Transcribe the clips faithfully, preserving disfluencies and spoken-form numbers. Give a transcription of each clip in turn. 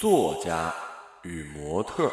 作家与模特。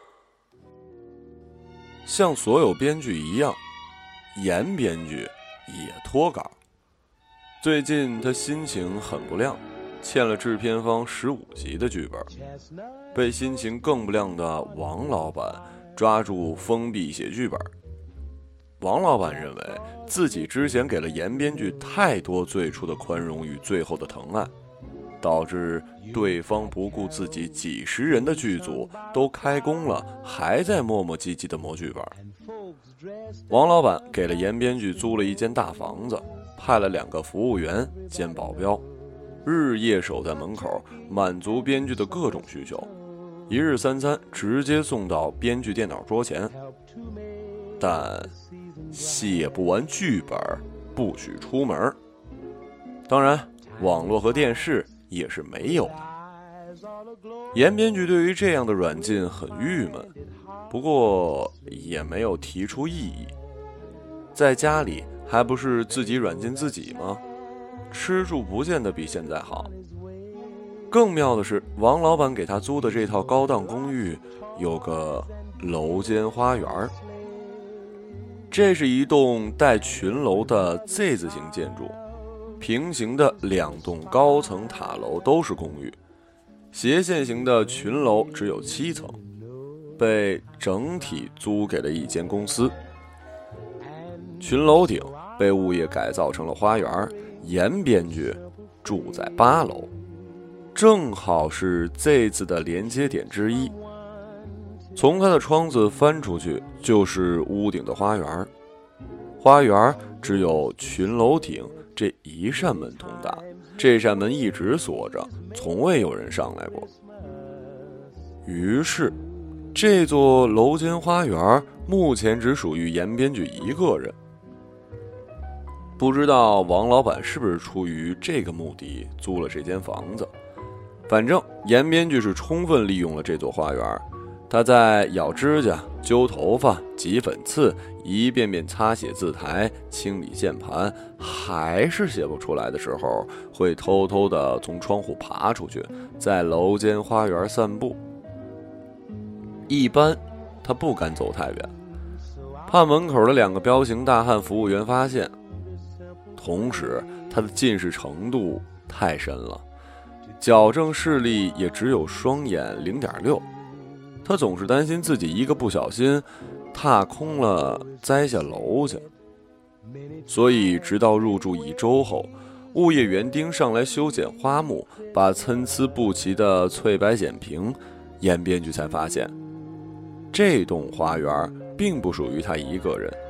像所有编剧一样，严编剧也脱稿。最近他心情很不亮，欠了制片方十五集的剧本，被心情更不亮的王老板抓住封闭写剧本。王老板认为自己之前给了严编剧太多最初的宽容与最后的疼爱，导致对方不顾自己几十人的剧组都开工了，还在磨磨唧唧的磨剧本。王老板给了严编剧租了一间大房子，派了两个服务员兼保镖，日夜守在门口，满足编剧的各种需求，一日三餐直接送到编剧电脑桌前。但写不完剧本不许出门，当然网络和电视也是没有的。严编剧对于这样的软禁很郁闷，不过也没有提出异议。在家里还不是自己软禁自己吗？吃住不见得比现在好。更妙的是，王老板给他租的这套高档公寓有个楼间花园，这是一栋带群楼的 Z 字形建筑，平行的两栋高层塔楼都是公寓，斜线型的群楼只有七层，被整体租给了一间公司。群楼顶被物业改造成了花园，严编剧住在八楼，正好是 Z 字的连接点之一。从他的窗子翻出去就是屋顶的花园，花园只有群楼顶这一扇门通达，这扇门一直锁着，从未有人上来过。于是这座楼间花园目前只属于严编剧一个人。不知道王老板是不是出于这个目的租了这间房子，反正严编剧是充分利用了这座花园。他在咬指甲、揪头发、挤粉刺，一遍遍擦写字台、清理键盘，还是写不出来的时候，会偷偷地从窗户爬出去，在楼间花园散步。一般他不敢走太远，怕门口的两个彪形大汉服务员发现。同时他的近视程度太深了，矫正视力也只有双眼 零点六，他总是担心自己一个不小心踏空了栽下楼去。所以直到入住一周后，物业园丁上来修剪花木，把参差不齐的翠白剪平，严编剧才发现这栋花园并不属于他一个人，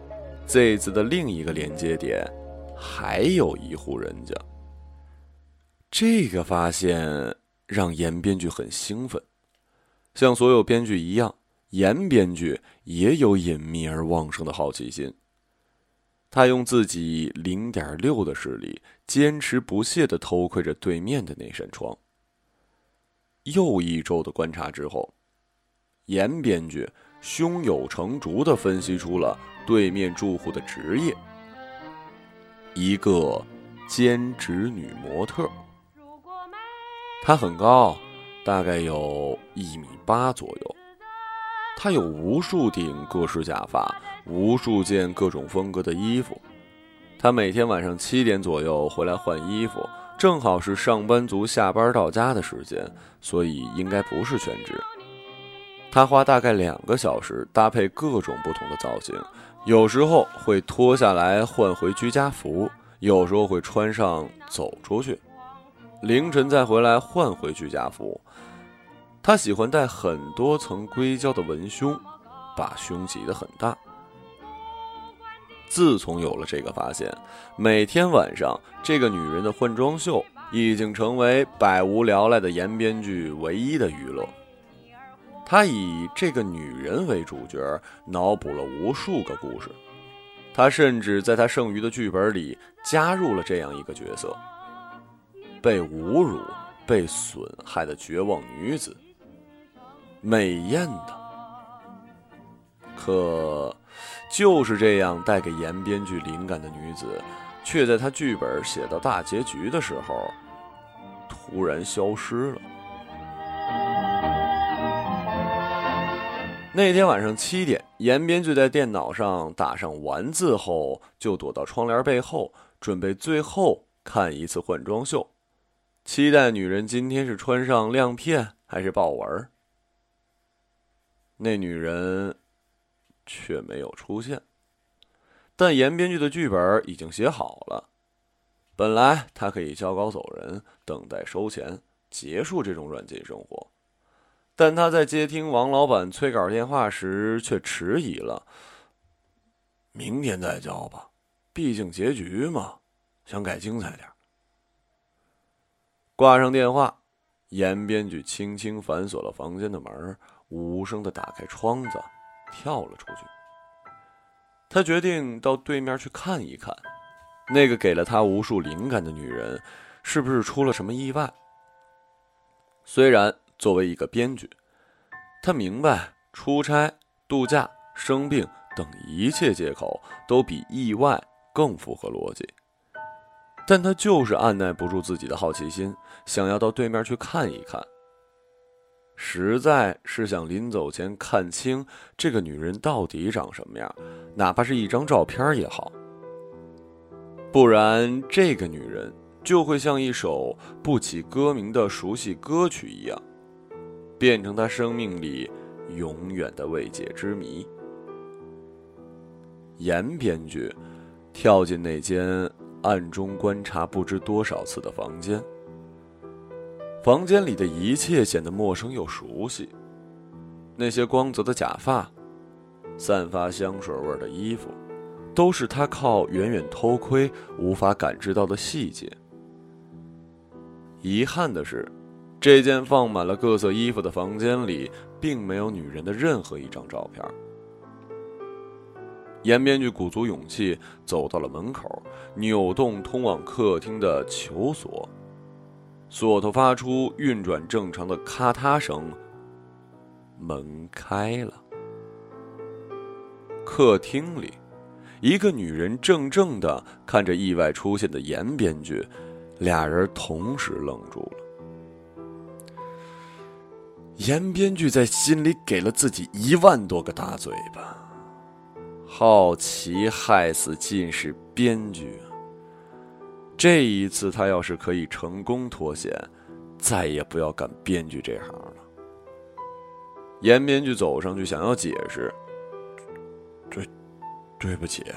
Z 字的另一个连接点还有一户人家。这个发现让严编剧很兴奋，像所有编剧一样，严编剧也有隐秘而旺盛的好奇心。他用自己 零点六 的视力，坚持不懈地偷窥着对面的那扇窗。又一周的观察之后，严编剧胸有成竹地分析出了对面住户的职业，一个兼职女模特。她很高，大概有一米八左右。她有无数顶各式假发，无数件各种风格的衣服。她每天晚上七点左右回来换衣服，正好是上班族下班到家的时间，所以应该不是全职。她花大概两个小时搭配各种不同的造型，有时候会脱下来换回居家服，有时候会穿上走出去，凌晨再回来换回居家服。他喜欢戴很多层硅胶的文胸，把胸挤得很大。自从有了这个发现，每天晚上这个女人的换装秀已经成为百无聊赖的严编剧唯一的娱乐。他以这个女人为主角，脑补了无数个故事。他甚至在他剩余的剧本里加入了这样一个角色：被侮辱、被损害的绝望女子，美艳的。可就是这样带给严编剧灵感的女子，却在他剧本写到大结局的时候突然消失了。 那天晚上七点，严编剧在电脑上打上完字后，就躲到窗帘背后，准备最后看一次换装秀，期待女人今天是穿上亮片还是豹纹。那女人却没有出现，但严编剧的剧本已经写好了。本来他可以交稿走人，等待收钱，结束这种软禁生活。但他在接听王老板催稿电话时却迟疑了。明天再交吧，毕竟结局嘛，想改精彩点。挂上电话，严编剧轻轻反锁了房间的门，无声地打开窗子，跳了出去。他决定到对面去看一看，那个给了他无数灵感的女人，是不是出了什么意外？虽然作为一个编剧，他明白出差、度假、生病等一切借口都比意外更符合逻辑，但他就是按耐不住自己的好奇心，想要到对面去看一看。实在是想临走前看清这个女人到底长什么样，哪怕是一张照片也好。不然这个女人就会像一首不起歌名的熟悉歌曲一样，变成他生命里永远的未解之谜。严编剧跳进那间暗中观察不知多少次的房间，房间里的一切显得陌生又熟悉，那些光泽的假发，散发香水味的衣服，都是他靠远远偷窥无法感知到的细节。遗憾的是，这间放满了各色衣服的房间里并没有女人的任何一张照片。严编剧鼓足勇气走到了门口，扭动通往客厅的球锁，锁头发出运转正常的咔嗒声，门开了。客厅里，一个女人怔怔地看着意外出现的严编剧，俩人同时愣住了。严编剧在心里给了自己一万多个大嘴巴。好奇害死尽是编剧啊！这一次他要是可以成功脱险，再也不要干编剧这行了。严编剧走上去想要解释，对对不起。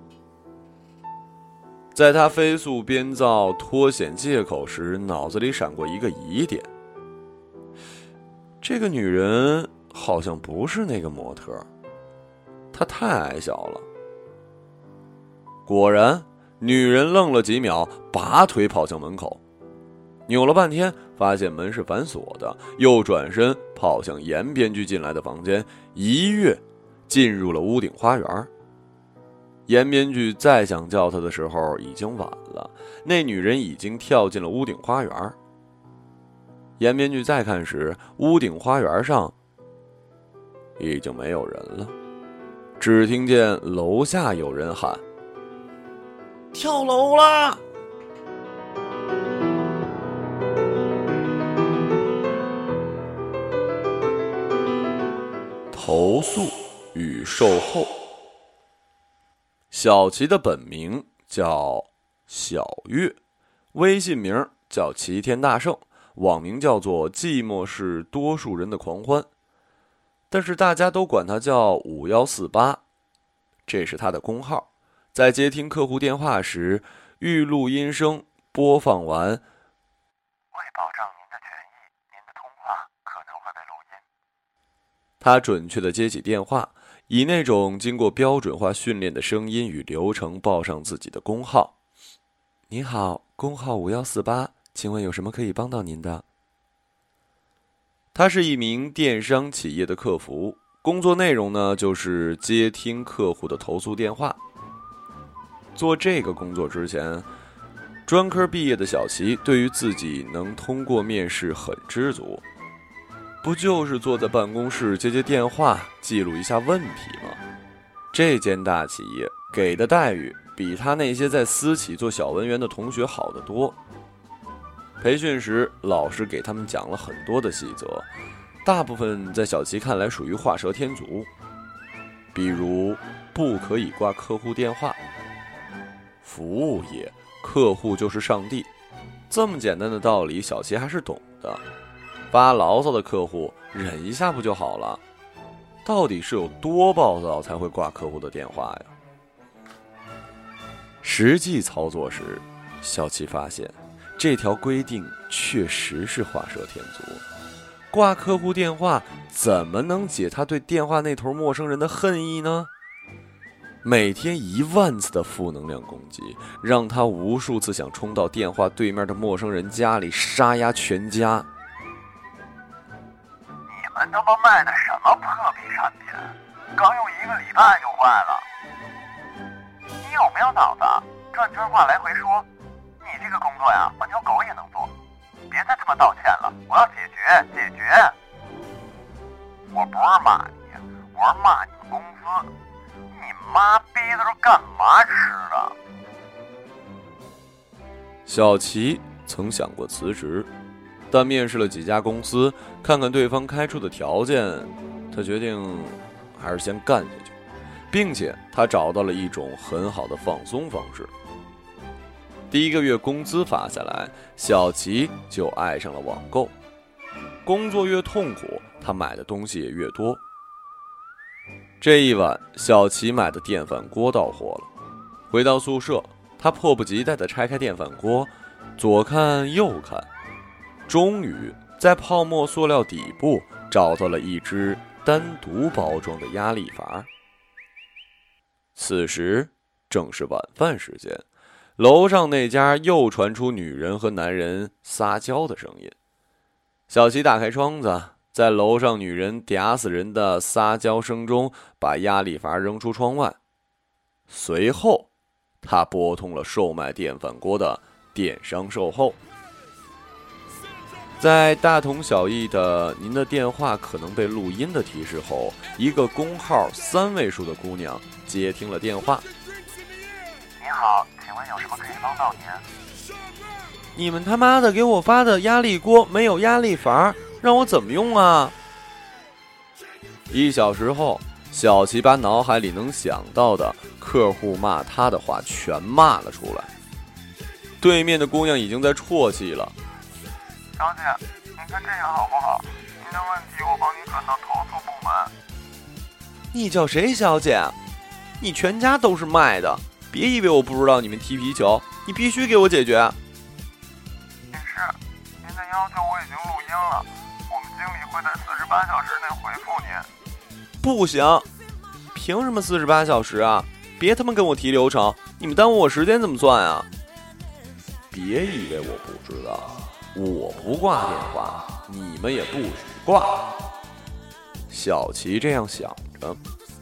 在他飞速编造脱险借口时，脑子里闪过一个疑点，这个女人好像不是那个模特，她太矮小了。果然，女人愣了几秒，拔腿跑向门口，扭了半天发现门是反锁的，又转身跑向严编剧进来的房间，一跃进入了屋顶花园。严编剧再想叫她的时候已经晚了，那女人已经跳进了屋顶花园。严编剧再看时，屋顶花园上已经没有人了，只听见楼下有人喊：跳楼啦！投诉与售后。小齐的本名叫小月，微信名叫齐天大圣，网名叫做寂寞是多数人的狂欢，但是大家都管他叫五一四八，这是他的公号。在接听客户电话时，预录音声播放完， 为保障您的权益，您的通话可能会被录音。 他准确地接起电话，以那种经过标准化训练的声音与流程报上自己的工号。你好，工号五一四八，请问有什么可以帮到您的？他是一名电商企业的客服，工作内容呢就是接听客户的投诉电话。做这个工作之前，专科毕业的小齐对于自己能通过面试很知足，不就是坐在办公室接接电话，记录一下问题吗？这间大企业给的待遇比他那些在私企做小文员的同学好得多。 培训时，老师给他们讲了很多的细则，大部分在小齐看来属于画蛇添足，比如不可以挂客户电话。服务业，客户就是上帝，这么简单的道理，小齐还是懂的。发牢骚的客户，忍一下不就好了？到底是有多暴躁才会挂客户的电话呀？实际操作时，小齐发现这条规定确实是画蛇添足。挂客户电话怎么能解他对电话那头陌生人的恨意呢？每天一万次的负能量攻击，让他无数次想冲到电话对面的陌生人家里杀压全家。 你们他妈卖的什么破逼产品？刚用一个礼拜就坏了。你有没有脑子？转圈话来回说，你这个工作呀，换条狗也能做。别再他妈道歉了，我要解决解决。我不是骂你，我是骂你们公司。你妈逼的是干嘛吃的？ 小齐曾想过辞职，但面试了几家公司，看看对方开出的条件，他决定还是先干下去，并且他找到了一种很好的放松方式。第一个月工资发下来，小齐就爱上了网购。工作越痛苦，他买的东西也越多。这一晚，小齐买的电饭锅到货了。回到宿舍，他迫不及待地拆开电饭锅，左看右看，终于在泡沫塑料底部找到了一只单独包装的压力阀。此时正是晚饭时间，楼上那家又传出女人和男人撒娇的声音。小齐打开窗子，在楼上女人嗲死人的撒娇声中，把压力阀扔出窗外。随后，他拨通了售卖电饭锅的电商售后。在大同小异的您的电话可能被录音的提示后，一个工号三位数的姑娘接听了电话。 你好，请问有什么可以帮到您？ 你们他妈的给我发的压力锅没有压力阀，让我怎么用啊？一小时后，小齐把脑海里能想到的客户骂他的话全骂了出来。对面的姑娘已经在啜泣了。 小姐，您看这样好不好？您的问题我帮您转到投诉部门。 你叫谁小姐？你全家都是卖的，别以为我不知道你们踢皮球，你必须给我解决。 女士，您的要求我已经录音了，我们经理会在四十八小时内回复您。 不行，凭什么四十八小时啊？别他妈跟我提流程，你们耽误我时间怎么算啊？别以为我不知道，我不挂电话，你们也不许挂。小齐这样想着。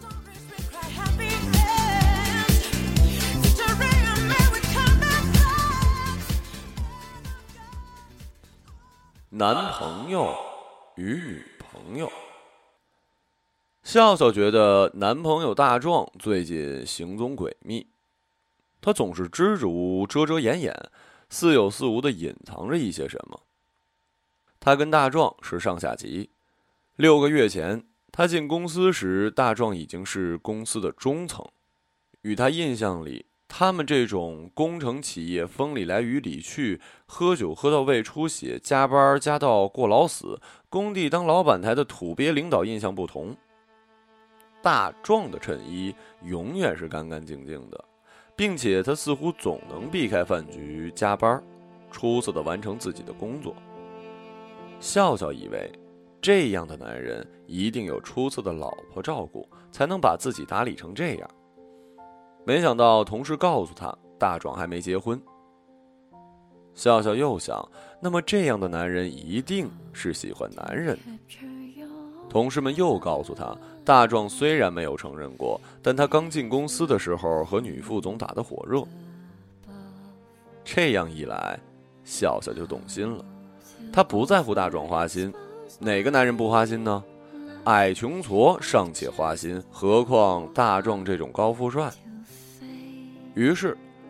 男朋友与女朋友。笑笑觉得男朋友大壮最近行踪诡秘，他总是支支吾吾、遮遮掩掩，似有似无地隐藏着一些什么。他跟大壮是上下级，六个月前他进公司时，大壮已经是公司的中层。与他印象里，他们这种工程企业风里来雨里去，喝酒喝到胃出血，加班加到过劳死，工地当老板台的土鳖领导印象不同。大壮的衬衣永远是干干净净的，并且他似乎总能避开饭局加班，出色地完成自己的工作。笑笑以为这样的男人一定有出色的老婆照顾，才能把自己打理成这样。没想到同事告诉他，大壮还没结婚。笑笑又想，那么这样的男人一定是喜欢男人的。同事们又告诉他，大壮虽然没有承认过，但他刚进公司的时候和女副总打得火热。这样一来，笑笑就动心了。他不在乎大壮花心，哪个男人不花心呢？矮穷矬尚且花心，何况大壮这种高富帅？于是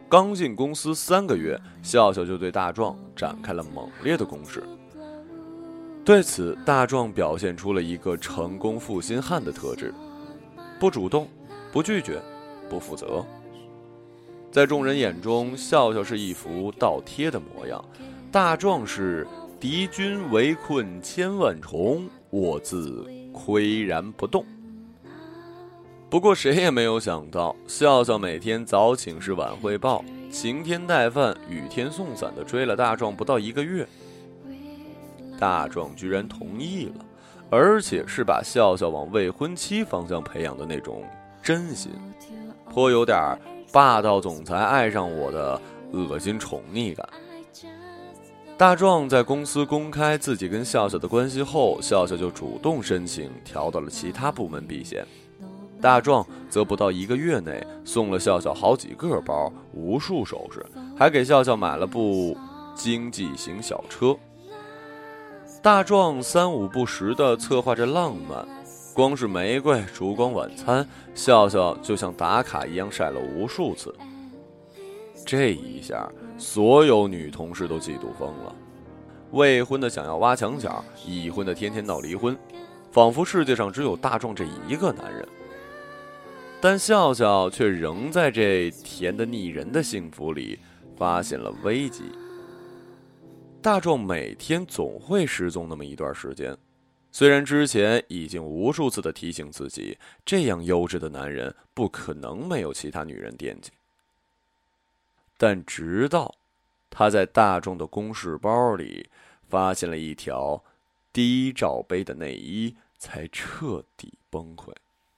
刚进公司三个月，笑笑就对大壮展开了猛烈的攻势。对此，大壮表现出了一个成功负心汉的特质：不主动，不拒绝，不负责。在众人眼中，笑笑是一副倒贴的模样，大壮是敌军围困千万重，我自岿然不动。不过谁也没有想到，笑笑每天早请示晚汇报，晴天带饭雨天送伞的追了大壮不到一个月，大壮居然同意了，而且是把笑笑往未婚妻方向培养的那种真心，颇有点霸道总裁爱上我的恶心宠溺感。大壮在公司公开自己跟笑笑的关系后，笑笑就主动申请调到了其他部门避嫌。大壮则不到一个月内送了笑笑好几个包，无数首饰，还给笑笑买了部经济型小车。大壮三五不时地策划着浪漫，光是玫瑰烛光晚餐，笑笑就像打卡一样晒了无数次。这一下，所有女同事都嫉妒疯了，未婚的想要挖墙角，已婚的天天闹离婚，仿佛世界上只有大壮这一个男人。但笑笑却仍在这甜得腻人的幸福里发现了危机。大壮每天总会失踪那么一段时间，虽然之前已经无数次的提醒自己，这样优质的男人不可能没有其他女人惦记，但直到他在大壮的公事包里发现了一条低罩杯的内衣，才彻底崩溃。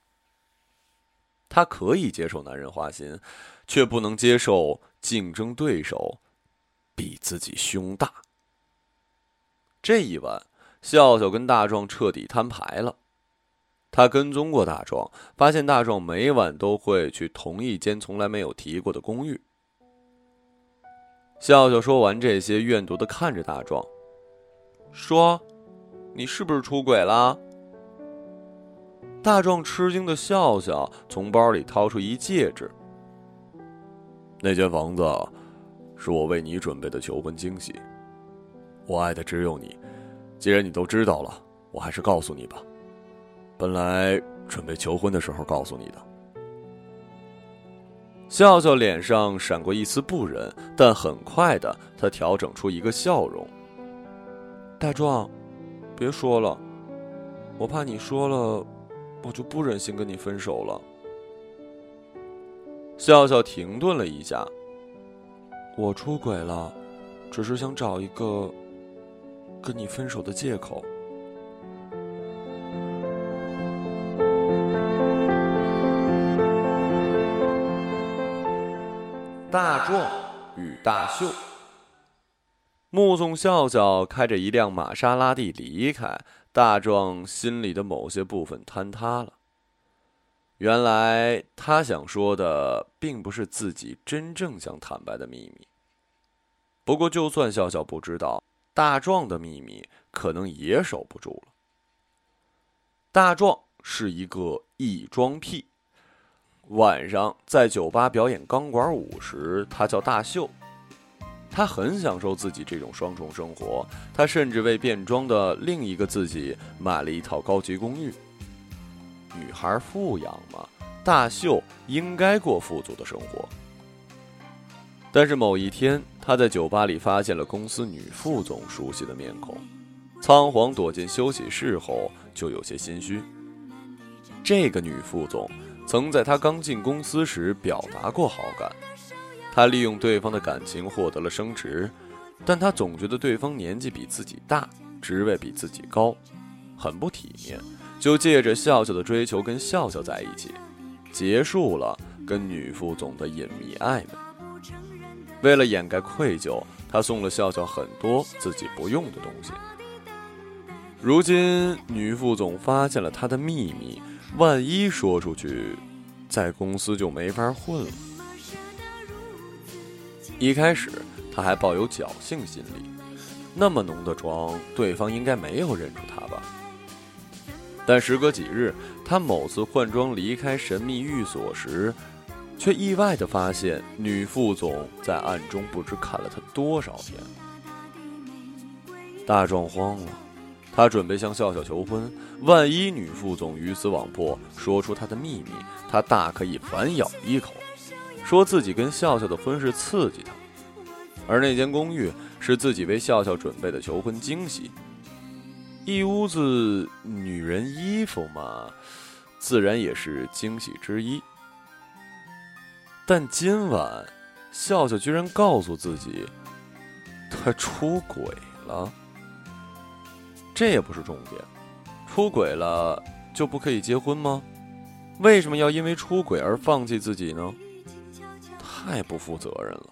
他可以接受男人花心，却不能接受竞争对手比自己胸大。这一晚，笑笑跟大壮彻底摊牌了。他跟踪过大壮，发现大壮每晚都会去同一间从来没有提过的公寓。笑笑说完这些，怨毒地看着大壮，说：“你是不是出轨了？”大壮吃惊的笑笑，从包里掏出一戒指。那间房子是我为你准备的求婚惊喜，我爱的只有你，既然你都知道了，我还是告诉你吧。本来准备求婚的时候告诉你的。笑笑脸上闪过一丝不忍，但很快的他调整出一个笑容。大壮，别说了，我怕你说了我就不忍心跟你分手了。笑笑停顿了一下，我出轨了，只是想找一个跟你分手的借口。大壮与大秀。目送笑笑开着一辆玛莎拉蒂离开，大壮心里的某些部分坍塌了。原来他想说的并不是自己真正想坦白的秘密。不过就算笑笑不知道，大壮的秘密可能也守不住了。大壮是一个异装癖，晚上在酒吧表演钢管舞时，他叫大秀。他很享受自己这种双重生活，他甚至为变装的另一个自己买了一套高级公寓。女孩富养嘛，大秀应该过富足的生活。但是某一天，他在酒吧里发现了公司女副总熟悉的面孔，仓皇躲进休息室后就有些心虚。这个女副总曾在他刚进公司时表达过好感，他利用对方的感情获得了升职，但他总觉得对方年纪比自己大，职位比自己高，很不体面，就借着笑笑的追求跟笑笑在一起，结束了跟女副总的隐秘暧昧。为了掩盖愧疚，他送了笑笑很多自己不用的东西。如今女副总发现了他的秘密，万一说出去，在公司就没法混了。一开始他还抱有侥幸心理，那么浓的妆，对方应该没有认出他吧。但时隔几日，他某次换装离开神秘寓所时， 却意外地发现女副总在暗中不知看了他多少天。大壮慌了，他准备向笑笑求婚，万一女副总鱼死网破，说出他的秘密，他大可以反咬一口，说自己跟笑笑的婚事刺激他，而那间公寓是自己为笑笑准备的求婚惊喜。一屋子女人衣服嘛，自然也是惊喜之一。但今晚笑笑居然告诉自己他出轨了。这也不是重点，出轨了就不可以结婚吗？为什么要因为出轨而放弃自己呢？太不负责任了。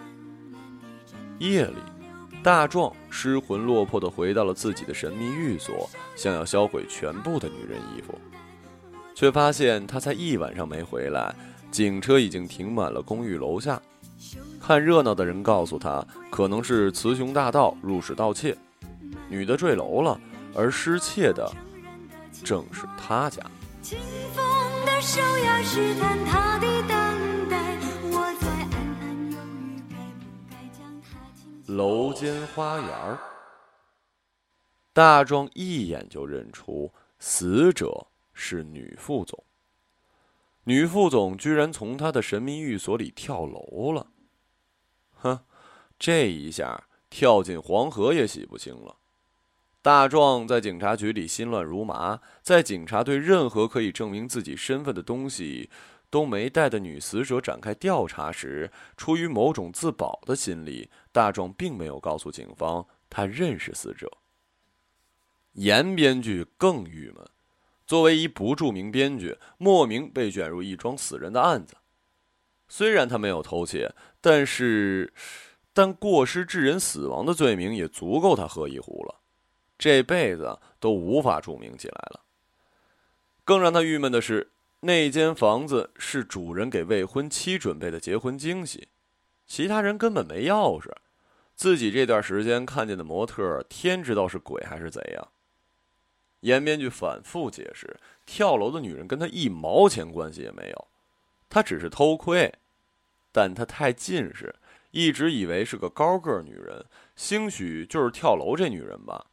夜里，大壮失魂落魄地回到了自己的神秘寓所，想要销毁全部的女人衣服，却发现他才一晚上没回来，警车已经停满了公寓楼下。看热闹的人告诉他，可能是雌雄大盗入室盗窃，女的坠楼了，而失窃的正是他家。清风的手呀，试探他的等待，我在暗暗犹豫，该不该将它轻轻。楼间花园，大壮一眼就认出死者是女副总。女副总居然从他的神秘寓所里跳楼了，哼，这一下跳进黄河也洗不清了。大壮在警察局里心乱如麻，在警察对任何可以证明自己身份的东西都没带的女死者展开调查时，出于某种自保的心理，大壮并没有告诉警方他认识死者。严编剧更郁闷，作为一不著名编剧，莫名被卷入一桩死人的案子。虽然他没有偷窃，但是但过失致人死亡的罪名也足够他喝一壶了，这辈子都无法著名起来了。更让他郁闷的是，那间房子是主人给未婚妻准备的结婚惊喜，其他人根本没钥匙，自己这段时间看见的模特，天知道是鬼还是贼呀。严编剧反复解释，跳楼的女人跟他一毛钱关系也没有，他只是偷窥，但他太近视，一直以为是个高个女人，兴许就是跳楼这女人吧。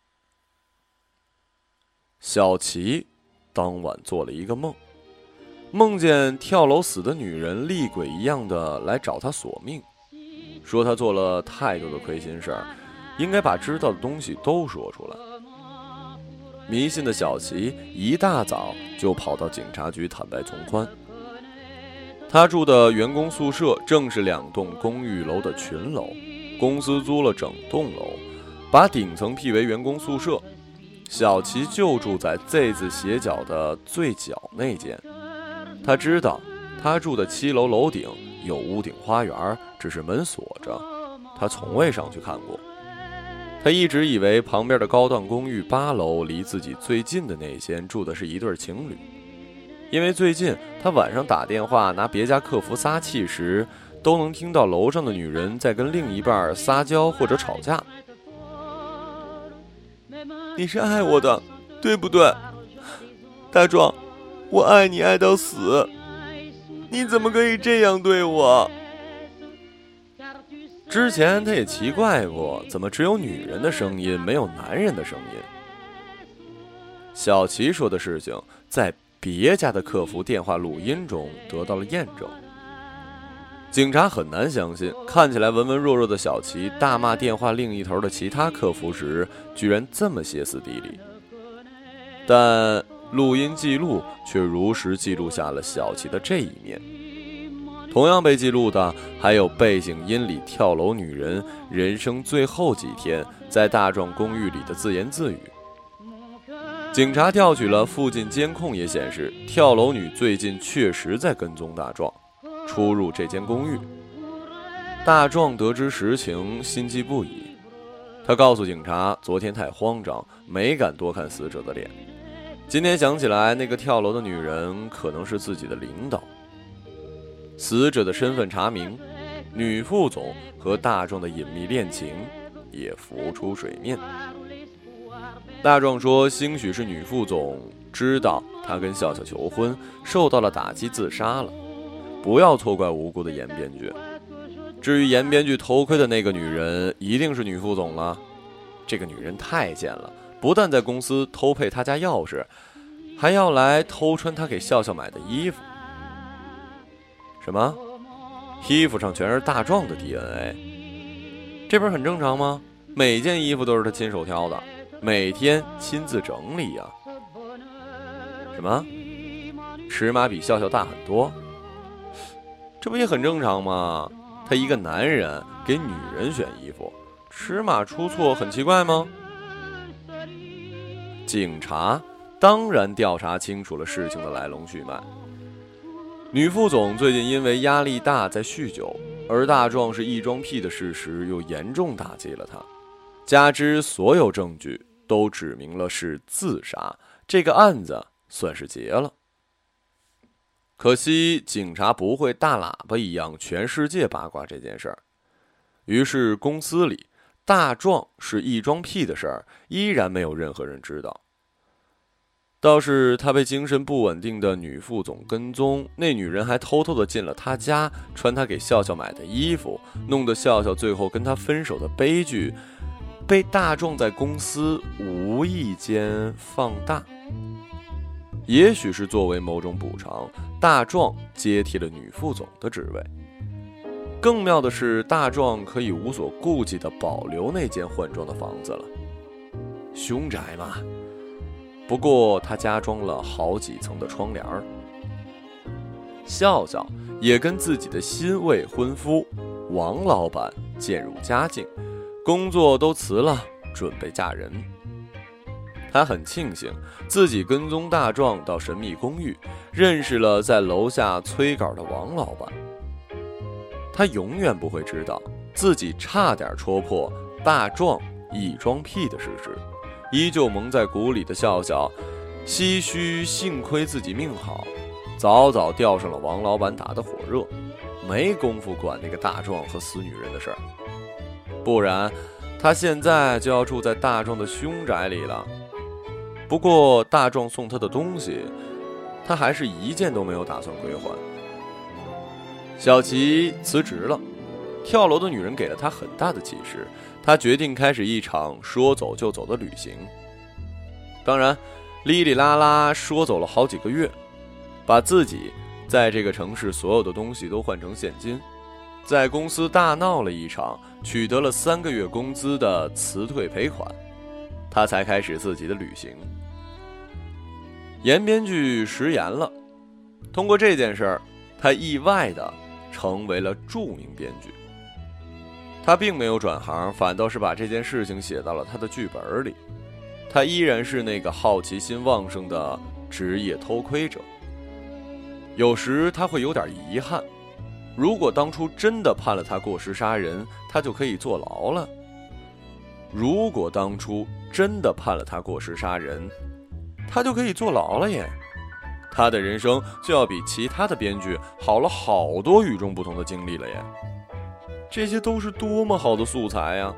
小琪当晚做了一个梦，梦见跳楼死的女人厉鬼一样的来找他索命，说他做了太多的亏心事儿，应该把知道的东西都说出来。迷信的小琪一大早就跑到警察局坦白从宽。他住的员工宿舍正是两栋公寓楼的群楼，公司租了整栋楼，把顶层辟为员工宿舍。小琪就住在 Z 字斜角的最角那间。他知道他住的七楼楼顶有屋顶花园，只是门锁着，他从未上去看过。他一直以为旁边的高档公寓八楼离自己最近的那间住的是一对情侣，因为最近他晚上打电话拿别家客服撒气时，都能听到楼上的女人在跟另一半撒娇或者吵架。你是爱我的，对不对？大壮，我爱你爱到死，你怎么可以这样对我？之前他也奇怪过，怎么只有女人的声音，没有男人的声音。小琪说的事情在别家的客服电话录音中得到了验证。警察很难相信，看起来文文弱弱的小琪大骂电话另一头的其他客服时，居然这么歇斯底里。但录音记录却如实记录下了小琪的这一面。同样被记录的还有背景音里跳楼女人人生最后几天在大壮公寓里的自言自语。警察调取了附近监控，也显示跳楼女最近确实在跟踪大壮，出入这间公寓。大壮得知实情，心悸不已。他告诉警察，昨天太慌张，没敢多看死者的脸。今天想起来，那个跳楼的女人可能是自己的领导。死者的身份查明，女副总和大壮的隐秘恋情也浮出水面。大壮说，兴许是女副总知道他跟笑笑求婚，受到了打击自杀了， 不要错怪无辜的严编剧。至于严编剧偷窥的那个女人，一定是女副总了。这个女人太贱了，不但在公司偷配他家钥匙，还要来偷穿他给笑笑买的衣服。什么？衣服上全是大壮的 D N A， 这不是很正常吗？每件衣服都是他亲手挑的，每天亲自整理呀、啊。什么？尺码比笑笑大很多？这不也很正常吗？他一个男人给女人选衣服，尺码出错很奇怪吗？警察当然调查清楚了事情的来龙去脉。女副总最近因为压力大在酗酒，而大壮是异装癖的事实又严重打击了她，加之所有证据都指明了是自杀，这个案子算是结了。可惜警察不会大喇叭一样全世界八卦这件事儿，于是公司里大壮是异装癖的事儿依然没有任何人知道。倒是他被精神不稳定的女副总跟踪，那女人还偷偷的进了他家，穿他给笑笑买的衣服，弄得笑笑最后跟他分手的悲剧被大壮在公司无意间放大。也许是作为某种补偿，大壮接替了女副总的职位。更妙的是，大壮可以无所顾忌地保留那间换装的房子了。凶宅嘛，不过他加装了好几层的窗帘。笑笑也跟自己的新未婚夫王老板渐入佳境，工作都辞了，准备嫁人。他很庆幸自己跟踪大壮到神秘公寓，认识了在楼下催稿的王老板。他永远不会知道自己差点戳破大壮异装癖的事实。依旧蒙在鼓里的笑笑唏嘘幸亏自己命好，早早钓上了王老板打的火热，没工夫管那个大壮和死女人的事儿。不然他现在就要住在大壮的凶宅里了。不过大壮送他的东西，他还是一件都没有打算归还。小齐辞职了，跳楼的女人给了他很大的启示，他决定开始一场说走就走的旅行。当然哩哩啦啦说走了好几个月，把自己在这个城市所有的东西都换成现金，在公司大闹了一场，取得了三个月工资的辞退赔款，他才开始自己的旅行。严编剧食言了，通过这件事儿，他意外地成为了著名编剧。他并没有转行，反倒是把这件事情写到了他的剧本里。他依然是那个好奇心旺盛的职业偷窥者。有时他会有点遗憾，如果当初真的判了他过失杀人，他就可以坐牢了。如果当初真的判了他过失杀人，他就可以坐牢了耶。他的人生就要比其他的编剧好了好多与众不同的经历了耶。这些都是多么好的素材呀！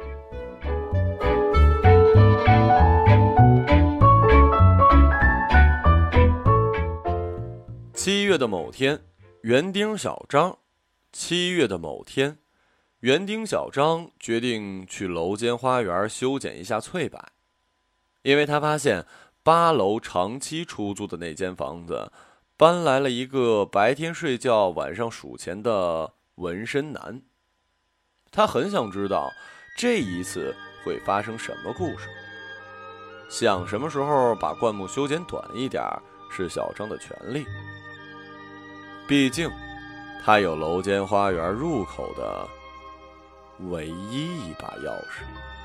七月的某天，园丁小张。七月的某天，园丁小张决定去楼间花园修剪一下翠柏，因为他发现八楼长期出租的那间房子搬来了一个白天睡觉晚上数钱的纹身男。他很想知道这一次会发生什么故事，想什么时候把灌木修剪短一点是小张的权利，毕竟他有楼间花园入口的唯一一把钥匙。